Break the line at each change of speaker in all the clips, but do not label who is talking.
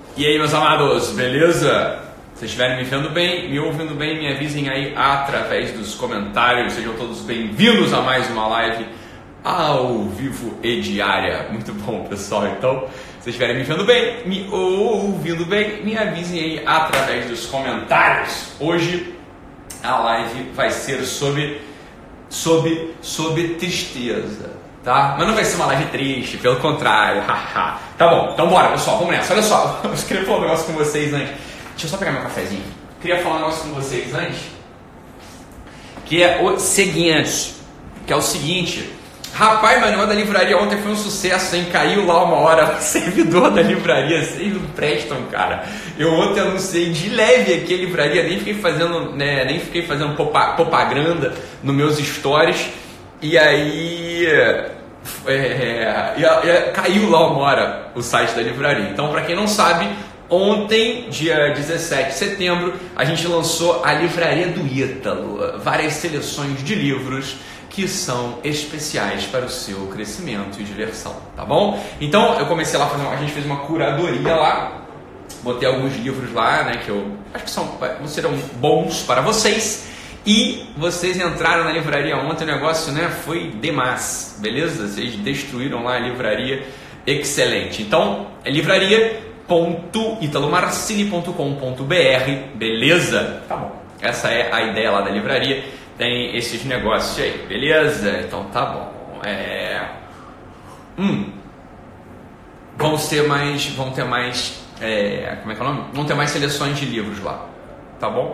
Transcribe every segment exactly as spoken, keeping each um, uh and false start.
E aí, meus amados, beleza? Se estiverem me vendo bem, me ouvindo bem, me avisem aí através dos comentários. Sejam todos bem-vindos a mais uma live ao vivo e diária. Muito bom, pessoal. Então, se estiverem me vendo bem, me ouvindo bem, me avisem aí através dos comentários. Hoje a live vai ser sobre, sobre, sobre tristeza. Tá? Mas não vai ser uma live triste, pelo contrário. Tá bom, então bora, pessoal, vamos nessa. Olha só, eu queria falar um negócio com vocês antes. Deixa eu só pegar meu cafezinho. Queria falar um negócio com vocês antes, que é o seguinte, que é o seguinte. Rapaz, mas o negócio da livraria ontem foi um sucesso, hein? Caiu lá uma hora o servidor da livraria, vocês não prestam, cara. Eu ontem anunciei de leve aqui a livraria, nem fiquei fazendo, né, nem fiquei fazendo propaganda nos meus stories. E aí é, é, é, caiu lá uma hora o site da livraria. Então, para quem não sabe, ontem, dia dezessete de setembro, a gente lançou a Livraria do Ítalo. Várias seleções de livros que são especiais para o seu crescimento e diversão, tá bom? Então, eu comecei lá, a, fazer uma, a gente fez uma curadoria lá, botei alguns livros lá, né, que eu acho que são, serão bons para vocês. E vocês entraram na livraria ontem, o negócio, né, foi demais, beleza? Vocês destruíram lá a livraria, excelente. Então, é livraria ponto italomarcili ponto com ponto br, beleza? Tá bom. Essa é a ideia lá da livraria, tem esses negócios aí, beleza? Então tá bom. É... Hum. Vão ter mais, vão ter mais, é... como é que é o nome? Vão ter mais seleções de livros lá, tá bom?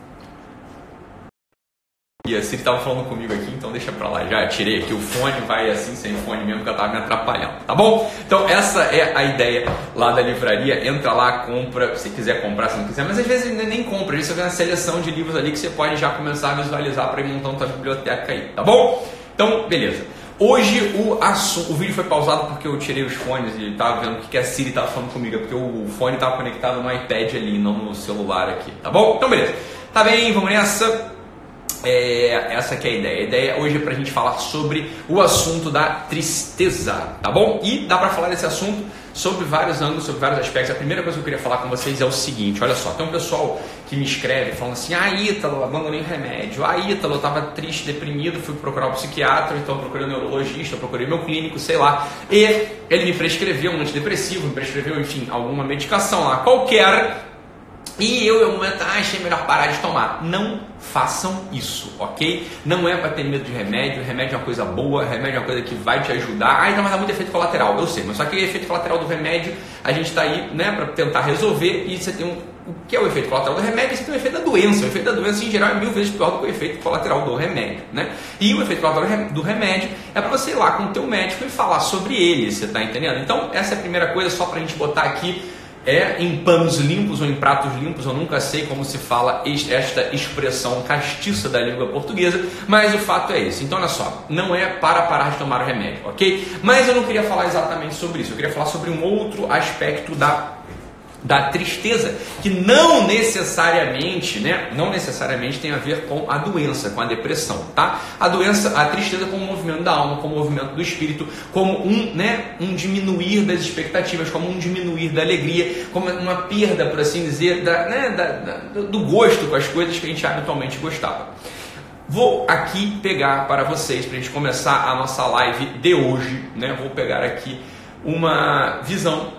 E a Siri estava falando comigo aqui, então deixa pra lá, já tirei aqui o fone, vai assim sem fone mesmo, que ela estava me atrapalhando, tá bom? Então essa é a ideia lá da livraria, entra lá, compra, se quiser comprar, se não quiser, mas às vezes nem compra, às vezes você vê uma seleção de livros ali que você pode já começar a visualizar para ir montando sua biblioteca aí, tá bom? Então, beleza. Hoje o assunto, o vídeo foi pausado porque eu tirei os fones e estava vendo o que a Siri estava falando comigo, porque o fone estava conectado no iPad ali, não no celular aqui, tá bom? Então beleza, tá bem, vamos nessa. É, essa que é a ideia. A ideia hoje é pra gente falar sobre o assunto da tristeza, tá bom? E dá pra falar desse assunto sobre vários ângulos, sobre vários aspectos. A primeira coisa que eu queria falar com vocês é o seguinte, olha só, tem um pessoal que me escreve falando assim: ah, Ítalo, abandonei remédio, ah, Ítalo, eu tava triste, deprimido, fui procurar um psiquiatra, então procurei um neurologista, procurei meu clínico, sei lá, e ele me prescreveu um antidepressivo, me prescreveu, enfim, alguma medicação lá, qualquer. E eu, em um momento, ah, achei melhor parar de tomar. Não façam isso, ok? Não é para ter medo de remédio. Remédio é uma coisa boa, remédio é uma coisa que vai te ajudar. Ah, então, mas dá muito efeito colateral, eu sei. Mas só que o efeito colateral do remédio, a gente está aí, né, para tentar resolver. E você tem um... O que é o efeito colateral do remédio? Você tem o efeito da doença. O efeito da doença, em geral, é mil vezes pior do que o efeito colateral do remédio, né? E o efeito colateral do remédio é para você ir lá com o teu médico e falar sobre ele, você está entendendo? Então, essa é a primeira coisa, só para a gente botar aqui. É em panos limpos ou em pratos limpos, eu nunca sei como se fala esta expressão castiça da língua portuguesa, mas o fato é esse. Então olha só, não é para parar de tomar o remédio, ok? Mas eu não queria falar exatamente sobre isso, eu queria falar sobre um outro aspecto da da tristeza, que não necessariamente, né, não necessariamente tem a ver com a doença, com a depressão, tá? A doença, a tristeza como um movimento da alma, como um movimento do espírito, como um, né, um diminuir das expectativas, como um diminuir da alegria, como uma perda, por assim dizer, da, né, da, da, do gosto com as coisas que a gente habitualmente gostava. Vou aqui pegar para vocês, para a gente começar a nossa live de hoje, né, vou pegar aqui uma visão,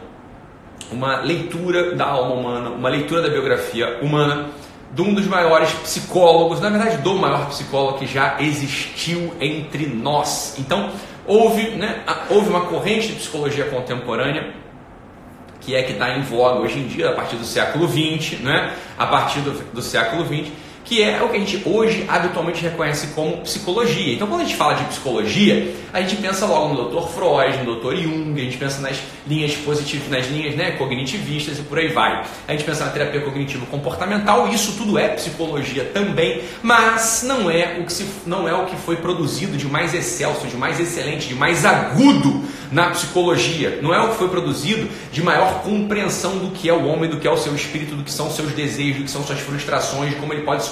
uma leitura da alma humana, uma leitura da biografia humana de um dos maiores psicólogos, na verdade do maior psicólogo que já existiu entre nós. Então houve, né, houve uma corrente de psicologia contemporânea que é que está em voga hoje em dia, a partir do século vinte, né, a partir do, do século vinte, que é o que a gente hoje habitualmente reconhece como psicologia. Então, quando a gente fala de psicologia, a gente pensa logo no doutor Freud, no doutor Jung, a gente pensa nas linhas positivas, nas linhas, né, cognitivistas e por aí vai. A gente pensa na terapia cognitivo-comportamental, isso tudo é psicologia também, mas não é o que se, não é o que foi produzido de mais excelso, de mais excelente, de mais agudo na psicologia. Não é o que foi produzido de maior compreensão do que é o homem, do que é o seu espírito, do que são os seus desejos, do que são suas frustrações, de como ele pode se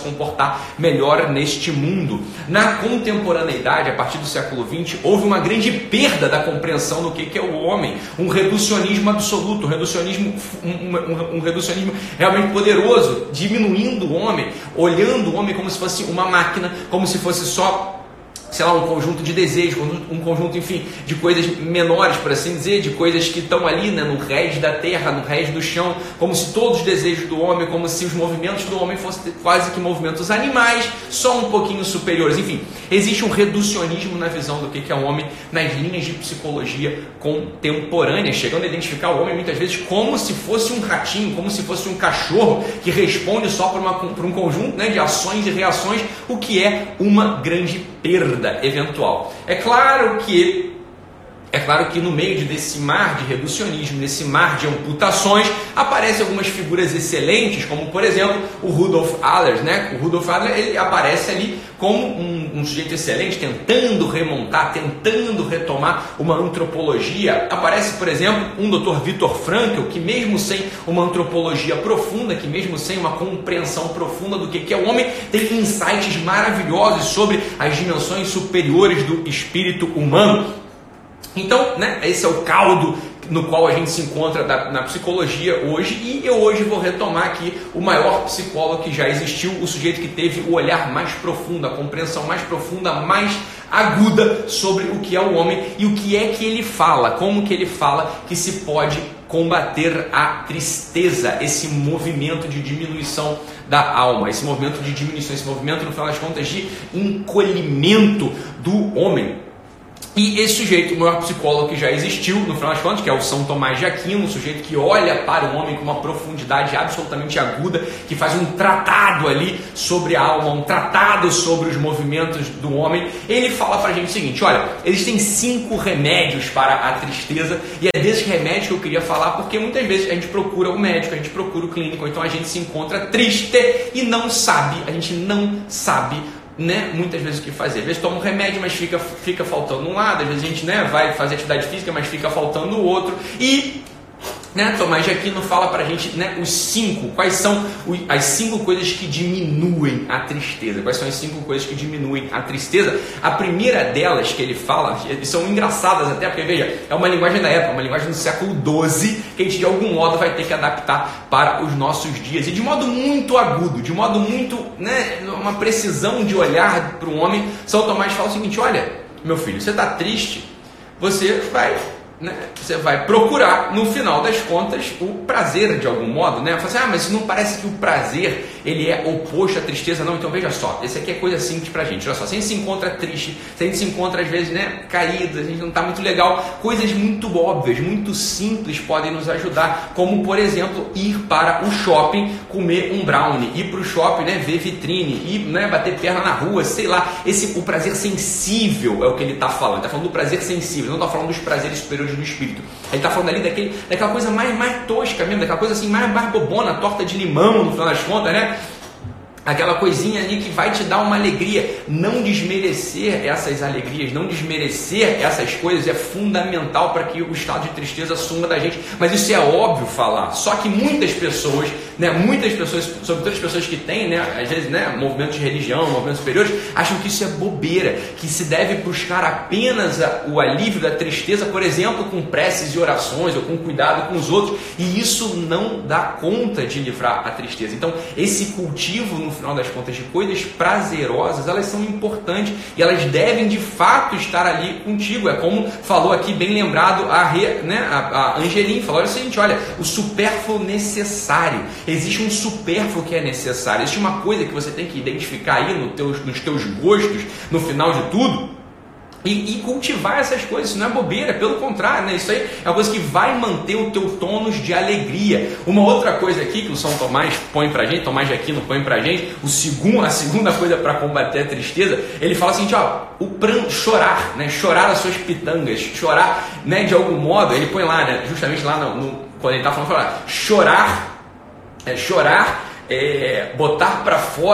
comportar melhor neste mundo. Na contemporaneidade, a partir do século vinte, houve uma grande perda da compreensão do que, que é o homem, um reducionismo absoluto, um reducionismo, um, um, um reducionismo realmente poderoso, diminuindo o homem, olhando o homem como se fosse uma máquina, como se fosse só, sei lá, um conjunto de desejos, um conjunto, enfim, de coisas menores, por assim dizer, de coisas que estão ali, né, no rés da terra, no rés do chão, como se todos os desejos do homem, como se os movimentos do homem fossem quase que movimentos animais, só um pouquinho superiores. Enfim, existe um reducionismo na visão do que é o homem nas linhas de psicologia contemporânea, chegando a identificar o homem muitas vezes como se fosse um ratinho, como se fosse um cachorro que responde só por, uma, por um conjunto, né, de ações e reações, o que é uma grande perda eventual. É claro que é claro que no meio desse mar de reducionismo, desse mar de amputações, aparecem algumas figuras excelentes, como por exemplo o Rudolf Allers, né? O Rudolf Allers, ele aparece ali como um, um sujeito excelente, tentando remontar, tentando retomar uma antropologia. Aparece, por exemplo, um doutor Viktor Frankl, que mesmo sem uma antropologia profunda, que mesmo sem uma compreensão profunda do que é o homem, tem insights maravilhosos sobre as dimensões superiores do espírito humano. Então, né, esse é o caldo no qual a gente se encontra da, na psicologia hoje, e eu hoje vou retomar aqui o maior psicólogo que já existiu, o sujeito que teve o olhar mais profundo, a compreensão mais profunda, mais aguda sobre o que é o homem e o que é que ele fala, como que ele fala que se pode combater a tristeza, esse movimento de diminuição da alma, esse movimento de diminuição, esse movimento, no final das contas, de encolhimento do homem. E esse sujeito, o maior psicólogo que já existiu, no final das contas, que é o São Tomás de Aquino, um sujeito que olha para o homem com uma profundidade absolutamente aguda, que faz um tratado ali sobre a alma, um tratado sobre os movimentos do homem. Ele fala para a gente o seguinte: olha, existem cinco remédios para a tristeza, e é desses remédios que eu queria falar, porque muitas vezes a gente procura o médico, a gente procura o clínico, então a gente se encontra triste e não sabe, a gente não sabe, né, muitas vezes o que fazer. Às vezes toma um remédio, mas fica, fica faltando um lado. Às vezes a gente, né, vai fazer atividade física, mas fica faltando o outro. E, né, Tomás de Aquino fala pra gente, né, os cinco, quais são os, as cinco coisas que diminuem a tristeza. Quais são as cinco coisas que diminuem a tristeza? A primeira delas que ele fala, e são engraçadas até, porque veja, é uma linguagem da época, uma linguagem do século doze, que a gente de algum modo vai ter que adaptar para os nossos dias, e de modo muito agudo, de modo muito, né, uma precisão de olhar para um homem. São Tomás fala o seguinte: olha, meu filho, você está triste, você vai... Né? Você vai procurar, no final das contas, o prazer de algum modo, né? Fala assim: ah, mas não parece que o prazer ele é oposto à tristeza, não? Então veja só, esse aqui é coisa simples pra gente. Olha só, se a gente se encontra triste, se a gente se encontra às vezes, né, caído, a gente não tá muito legal, coisas muito óbvias, muito simples podem nos ajudar, como por exemplo, ir para o shopping, comer um brownie, ir para o shopping, né, ver vitrine, ir, né, bater perna na rua, sei lá. Esse, o prazer sensível é o que ele está falando. Ele está falando do prazer sensível, não está falando dos prazeres superiores do espírito. Ele está falando ali daquele, daquela coisa mais, mais tosca mesmo, daquela coisa assim mais, mais bobona, torta de limão, no final das contas, né? Aquela coisinha ali que vai te dar uma alegria. Não desmerecer essas alegrias, não desmerecer essas coisas é fundamental para que o estado de tristeza suma da gente. Mas isso é óbvio falar. Só que muitas pessoas, né, muitas pessoas, sobretudo as pessoas que têm, né, às vezes, né, movimentos de religião, movimentos superiores, acham que isso é bobeira, que se deve buscar apenas a, o alívio da tristeza, por exemplo, com preces e orações ou com cuidado com os outros. E isso não dá conta de livrar a tristeza. Então, esse cultivo, no final das contas, de coisas prazerosas, elas são importantes e elas devem de fato estar ali contigo. É como falou aqui, bem lembrado, a, Re, né, a, a Angelim falou o seguinte: olha, o supérfluo necessário. Existe um supérfluo que é necessário, existe uma coisa que você tem que identificar aí no teus, nos teus gostos, no final de tudo, E, e cultivar essas coisas. Isso não é bobeira, pelo contrário, né? Isso aí é uma coisa que vai manter o teu tônus de alegria. Uma outra coisa aqui que o São Tomás põe pra gente, Tomás de Aquino põe pra gente, o segundo, a segunda coisa para combater a tristeza, ele fala assim, ó, o pranto, chorar, né? Chorar as suas pitangas, chorar, né, de algum modo, ele põe lá, né, justamente lá no, no, quando ele tá falando, falar, chorar, é, chorar, é, botar para fora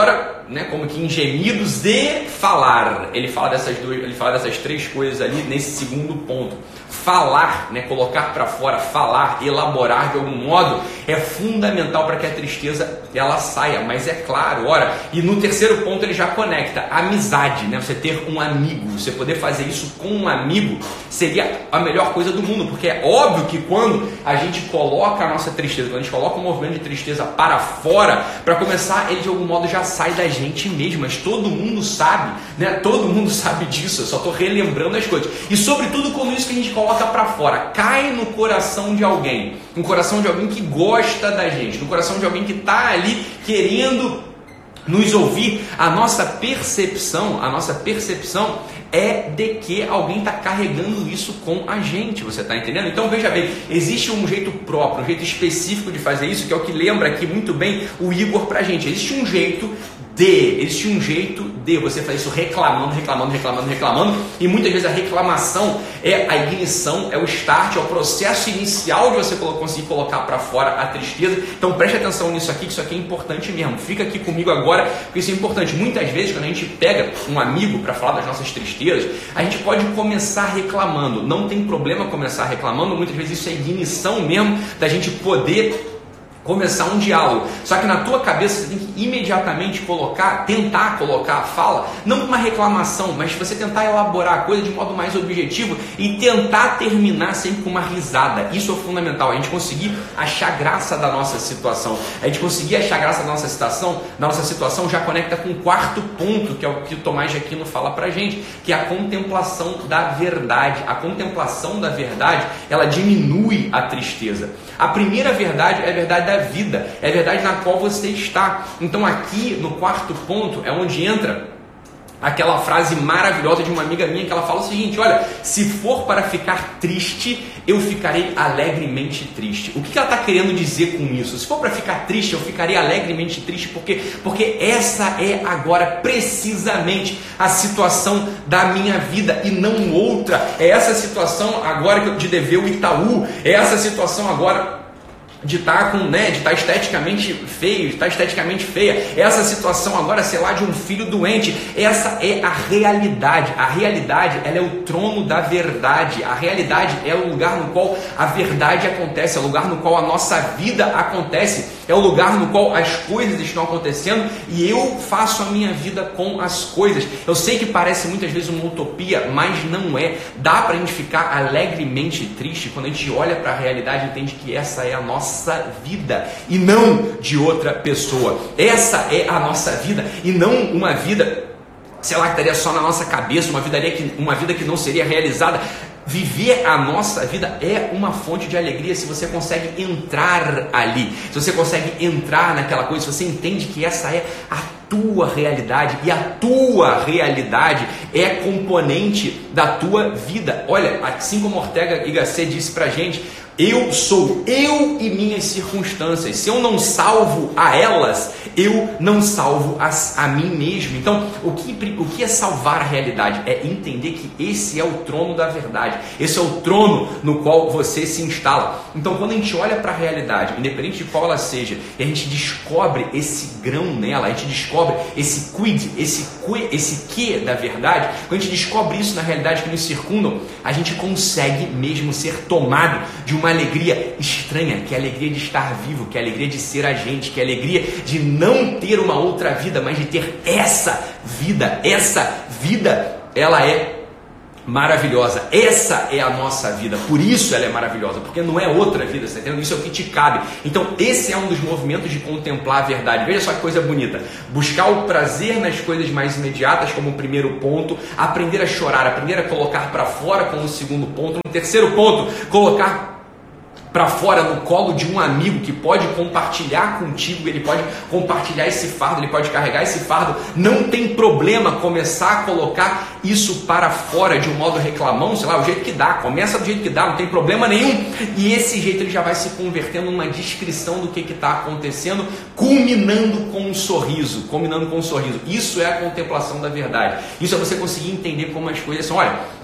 né, como que em gemidos e falar. Ele fala dessas duas, ele fala dessas três coisas ali nesse segundo ponto. Falar, né, colocar para fora, falar, elaborar de algum modo é fundamental para que a tristeza ela saia, mas é claro, ora, e no terceiro ponto ele já conecta amizade, né, você ter um amigo, você poder fazer isso com um amigo seria a melhor coisa do mundo, porque é óbvio que quando a gente coloca a nossa tristeza, quando a gente coloca um movimento de tristeza para fora, para começar, ele de algum modo já sai da gente mesmo, mas todo mundo sabe, né, todo mundo sabe disso, eu só estou relembrando as coisas, e sobretudo quando isso que a gente coloca para fora cai no coração de alguém, no coração de alguém que gosta da gente, no coração de alguém que está ali querendo nos ouvir, a nossa percepção, a nossa percepção é de que alguém está carregando isso com a gente, você está entendendo? Então veja bem, existe um jeito próprio, um jeito específico de fazer isso, que é o que lembra aqui muito bem o Igor pra gente. Existe um jeito de, existe um jeito de você fazer isso reclamando, reclamando, reclamando, reclamando, e muitas vezes a reclamação é a ignição, é o start, é o processo inicial de você conseguir colocar para fora a tristeza. Então preste atenção nisso aqui, que isso aqui é importante mesmo. Fica aqui comigo agora, porque isso é importante. Muitas vezes quando a gente pega um amigo para falar das nossas tristezas, a gente pode começar reclamando, não tem problema começar reclamando, muitas vezes isso é ignição mesmo da gente poder começar um diálogo. Só que na tua cabeça você tem que imediatamente colocar, tentar colocar a fala, não uma reclamação, mas você tentar elaborar a coisa de modo mais objetivo e tentar terminar sempre com uma risada. Isso é fundamental, a gente conseguir achar graça da nossa situação. A gente conseguir achar graça da nossa situação, da nossa situação já conecta com o quarto ponto, que é o que o Tomás de Aquino fala pra gente, que é a contemplação da verdade. A contemplação da verdade, ela diminui a tristeza. A primeira verdade é a verdade da vida, é a verdade na qual você está. Então aqui no quarto ponto é onde entra aquela frase maravilhosa de uma amiga minha, que ela fala o seguinte: olha, se for para ficar triste, eu ficarei alegremente triste. O que ela está querendo dizer com isso? Se for para ficar triste, eu ficarei alegremente triste, porque, porque essa é agora precisamente a situação da minha vida e não outra. É essa situação agora de dever o Itaú, é essa situação agora de estar com, né, de estar esteticamente feio, de estar esteticamente feia, essa situação agora, sei lá, de um filho doente. Essa é a realidade. A realidade, ela é o trono da verdade. A realidade é o lugar no qual a verdade acontece, é o lugar no qual a nossa vida acontece, é o lugar no qual as coisas estão acontecendo e eu faço a minha vida com as coisas. Eu sei que parece muitas vezes uma utopia, mas não é. Dá pra gente ficar alegremente triste quando a gente olha para a realidade e entende que essa é a nossa vida e não de outra pessoa. Essa é a nossa vida e não uma vida, sei lá, que estaria só na nossa cabeça, uma vida que, uma vida que não seria realizada. Viver a nossa vida é uma fonte de alegria se você consegue entrar ali, se você consegue entrar naquela coisa, se você entende que essa é a tua realidade e a tua realidade é componente da tua vida. Olha, assim como Ortega y Gasset disse pra gente, eu sou eu e minhas circunstâncias. Se eu não salvo a elas, eu não salvo as, a mim mesmo. Então, o que, o que é salvar a realidade? É entender que esse é o trono da verdade. Esse é o trono no qual você se instala. Então, quando a gente olha para a realidade, independente de qual ela seja, e a gente descobre esse grão nela, a gente descobre esse quid, esse que, esse que da verdade, quando a gente descobre isso na realidade que nos circundam, a gente consegue mesmo ser tomado de uma alegria estranha, que é a alegria de estar vivo, que é a alegria de ser a gente, que é a alegria de não ter uma outra vida, mas de ter essa vida. Essa vida, ela é maravilhosa. Essa é a nossa vida. Por isso ela é maravilhosa, porque não é outra vida, você tá entendendo? Isso é o que te cabe. Então esse é um dos movimentos de contemplar a verdade. Veja só que coisa bonita. Buscar o prazer nas coisas mais imediatas como o primeiro ponto, aprender a chorar, aprender a colocar para fora como o segundo ponto. No terceiro ponto, colocar para fora no colo de um amigo que pode compartilhar contigo, ele pode compartilhar esse fardo, ele pode carregar esse fardo. Não tem problema começar a colocar isso para fora de um modo reclamão, sei lá, o jeito que dá, começa do jeito que dá, não tem problema nenhum, e esse jeito ele já vai se convertendo numa descrição do que está acontecendo, culminando com um sorriso, culminando com um sorriso. Isso é a contemplação da verdade, isso é você conseguir entender como as coisas são. Olha,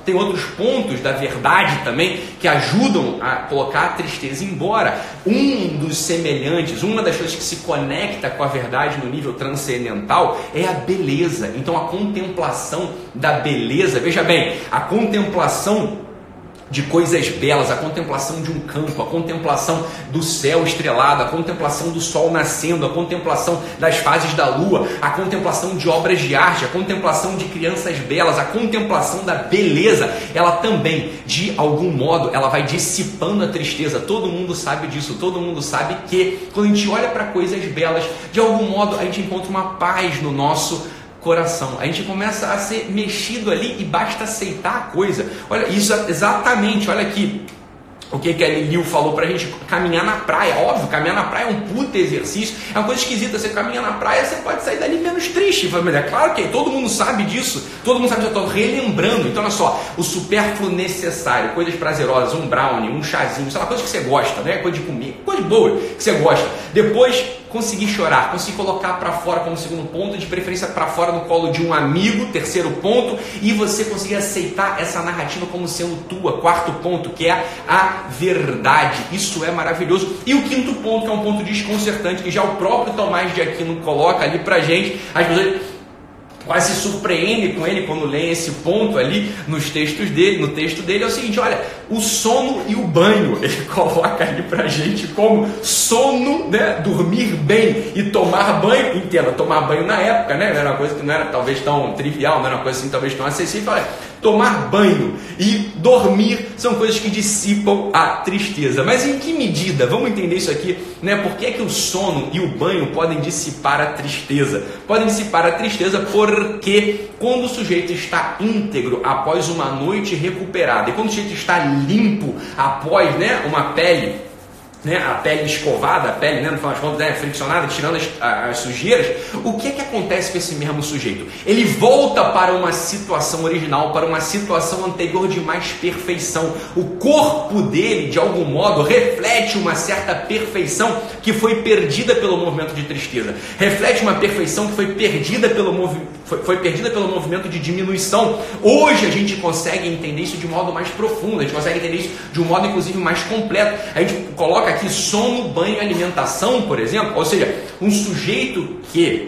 tem outros pontos da verdade também que ajudam a colocar a tristeza embora. Um dos semelhantes, uma das coisas que se conecta com a verdade no nível transcendental é a beleza. Então a contemplação da beleza, veja bem, a contemplação de coisas belas, a contemplação de um campo, a contemplação do céu estrelado, a contemplação do sol nascendo, a contemplação das fases da lua, a contemplação de obras de arte, a contemplação de crianças belas, a contemplação da beleza, ela também, de algum modo, ela vai dissipando a tristeza. Todo mundo sabe disso, todo mundo sabe que quando a gente olha para coisas belas, de algum modo a gente encontra uma paz no nosso coração, a gente começa a ser mexido ali e basta aceitar a coisa. Olha, isso exatamente, olha aqui o que, que a Liliu falou pra gente, caminhar na praia. Óbvio, caminhar na praia é um puta exercício, é uma coisa esquisita, você caminha na praia, você pode sair dali menos triste, mas é claro que todo mundo sabe disso, todo mundo sabe que eu estou relembrando. Então olha só, o supérfluo necessário, coisas prazerosas, um brownie, um chazinho, sei lá, coisas que você gosta, né? Coisa de comer, coisa boa que você gosta. Depois conseguir chorar, conseguir colocar para fora como segundo ponto, de preferência para fora no colo de um amigo, terceiro ponto, e você conseguir aceitar essa narrativa como sendo tua, quarto ponto, que é a verdade. Isso é maravilhoso. E o quinto ponto, que é um ponto desconcertante, que já o próprio Tomás de Aquino coloca ali pra gente, as pessoas quase se surpreendem com ele quando leem esse ponto ali nos textos dele, no texto dele, é o seguinte, olha, o sono e o banho, ele coloca ali pra gente como sono, né, dormir bem e tomar banho, entenda, tomar banho na época, né, era uma coisa que não era talvez tão trivial, não era uma coisa assim talvez tão acessível, olha, tomar banho e dormir são coisas que dissipam a tristeza. Mas em que medida? Vamos entender isso aqui, né? Por que é que o sono e o banho podem dissipar a tristeza? Podem dissipar a tristeza porque quando o sujeito está íntegro após uma noite recuperada, e quando o sujeito está limpo após, né, uma pele, né, a pele escovada, a pele, né, no final das contas, né, friccionada, tirando as, as sujeiras, o que é que acontece com esse mesmo sujeito? Ele volta para uma situação original, para uma situação anterior de mais perfeição. O corpo dele, de algum modo, reflete uma certa perfeição que foi perdida pelo movimento de tristeza. Reflete uma perfeição que foi perdida pelo, movi foi, foi perdida pelo movimento de diminuição. Hoje a gente consegue entender isso de um modo mais profundo, a gente consegue entender isso de um modo, inclusive, mais completo. A gente coloca aqui sono, banho e alimentação, por exemplo, ou seja, um sujeito que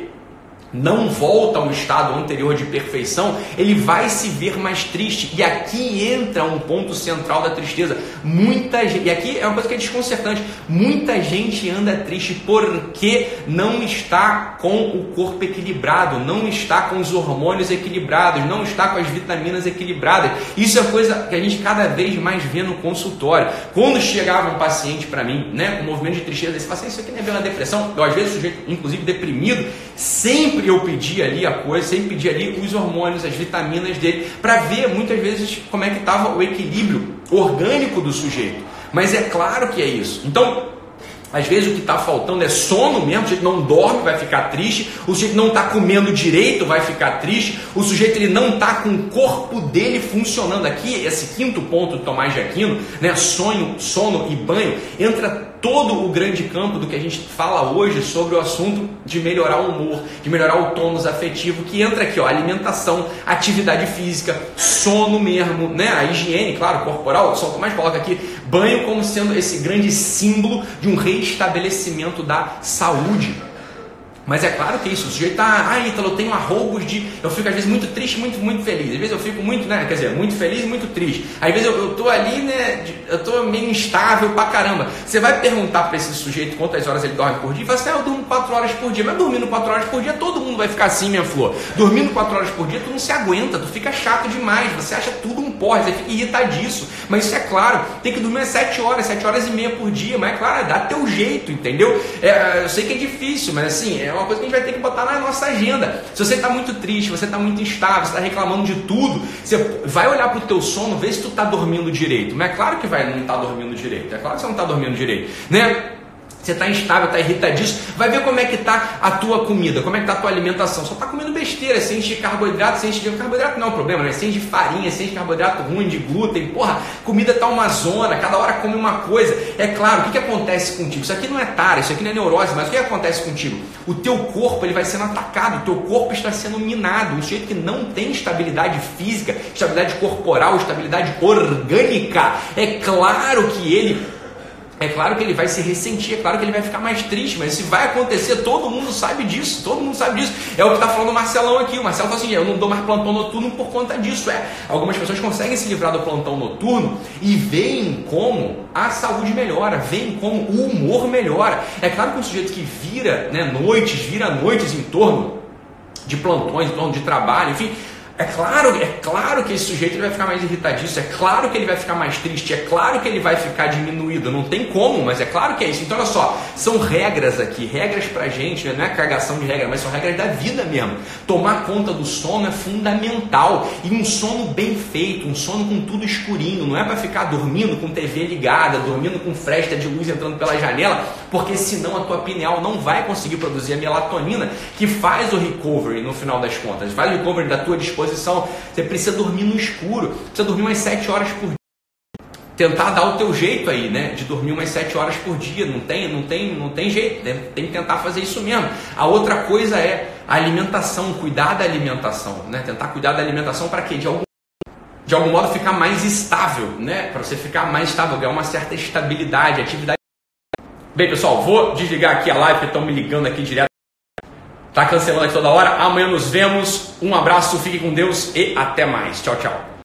não volta ao estado anterior de perfeição, ele vai se ver mais triste. E aqui entra um ponto central da tristeza. Muita gente, e aqui é uma coisa que é desconcertante, muita gente anda triste porque não está com o corpo equilibrado, não está com os hormônios equilibrados, não está com as vitaminas equilibradas. Isso é coisa que a gente cada vez mais vê no consultório. Quando chegava um paciente para mim, né, com um movimento de tristeza, esse paciente, isso aqui não é bem uma depressão, eu às vezes o sujeito, inclusive deprimido, sempre eu pedi ali a coisa, sempre pedi ali os hormônios, as vitaminas dele, para ver muitas vezes como é que estava o equilíbrio orgânico do sujeito. Mas é claro que é isso. Então, às vezes o que está faltando é sono mesmo, o sujeito não dorme, vai ficar triste, o sujeito não está comendo direito, vai ficar triste, o sujeito ele não está com o corpo dele funcionando. Aqui, esse quinto ponto do Tomás de Aquino, né, sonho, sono e banho, entra todo o grande campo do que a gente fala hoje sobre o assunto de melhorar o humor, de melhorar o tônus afetivo, que entra aqui, ó, alimentação, atividade física, sono mesmo, né, a higiene, claro, corporal. O São Tomás coloca aqui banho como sendo esse grande símbolo de um reestabelecimento da saúde. Mas é claro que isso, o sujeito está, ah, Ítalo, eu tenho arroubos de, eu fico às vezes muito triste, muito, muito feliz, às vezes eu fico muito, né, quer dizer, muito feliz e muito triste, às vezes eu, eu tô ali, né, eu tô meio instável pra caramba. Você vai perguntar para esse sujeito quantas horas ele dorme por dia, e fala assim, ah, eu durmo quatro horas por dia, mas dormindo quatro horas por dia, todo mundo vai ficar assim, minha flor, dormindo quatro horas por dia, tu não se aguenta, tu fica chato demais, você acha tudo um porra, você fica irritadiço, mas isso é claro, tem que dormir sete horas, sete horas e meia por dia, mas é claro, dá teu jeito, entendeu? É, eu sei que é difícil, mas assim, é uma coisa que a gente vai ter que botar na nossa agenda. Se você está muito triste, você está muito instável, você está reclamando de tudo, você vai olhar para o teu sono, ver se tu está dormindo direito. Mas é claro que vai não estar tá dormindo direito, é claro que você não está dormindo direito, né? você está instável, está irritadíssimo, vai ver como é que está a tua comida, como é que está a tua alimentação. Só está comendo besteira, sem de carboidrato, sem de carboidrato não é um problema, né? Sem de farinha, sem de carboidrato ruim, de glúten, porra, comida está uma zona, cada hora come uma coisa. É claro, o que, que acontece contigo? Isso aqui não é tara, isso aqui não é neurose, mas o que, que acontece contigo? O teu corpo ele vai sendo atacado, o teu corpo está sendo minado, um sujeito que não tem estabilidade física, estabilidade corporal, estabilidade orgânica, é claro que ele É claro que ele vai se ressentir, é claro que ele vai ficar mais triste, mas se vai acontecer, todo mundo sabe disso, todo mundo sabe disso. É o que está falando o Marcelão aqui. O Marcelo fala assim, eu não dou mais plantão noturno por conta disso. É, algumas pessoas conseguem se livrar do plantão noturno e veem como a saúde melhora, veem como o humor melhora. É claro que um sujeito que vira, né, noites, vira noites em torno de plantões, em torno de trabalho, enfim... É claro, é claro que esse sujeito ele vai ficar mais irritadíssimo, é claro que ele vai ficar mais triste, é claro que ele vai ficar diminuído, não tem como, mas é claro que é isso. Então olha só, são regras aqui, regras pra gente, né? Não é cagação de regra, mas são regras da vida mesmo. Tomar conta do sono é fundamental, e um sono bem feito, um sono com tudo escurinho, não é para ficar dormindo com T V ligada, dormindo com fresta de luz entrando pela janela, porque senão a tua pineal não vai conseguir produzir a melatonina que faz o recovery no final das contas, faz o recovery da tua disposição. Você precisa dormir no escuro, precisa dormir umas sete horas por dia. Tentar dar o teu jeito aí, né? De dormir umas sete horas por dia, não tem, não tem, não tem jeito, né? Tem que tentar fazer isso mesmo. A outra coisa é a alimentação, cuidar da alimentação, né? Tentar cuidar da alimentação para quê? De algum, de algum modo ficar mais estável, né? Para você ficar mais estável, ganhar uma certa estabilidade, atividade. Bem, pessoal, vou desligar aqui a live, porque estão me ligando aqui direto. Tá cancelando aqui toda hora. Amanhã nos vemos. Um abraço, fique com Deus e até mais. Tchau, tchau.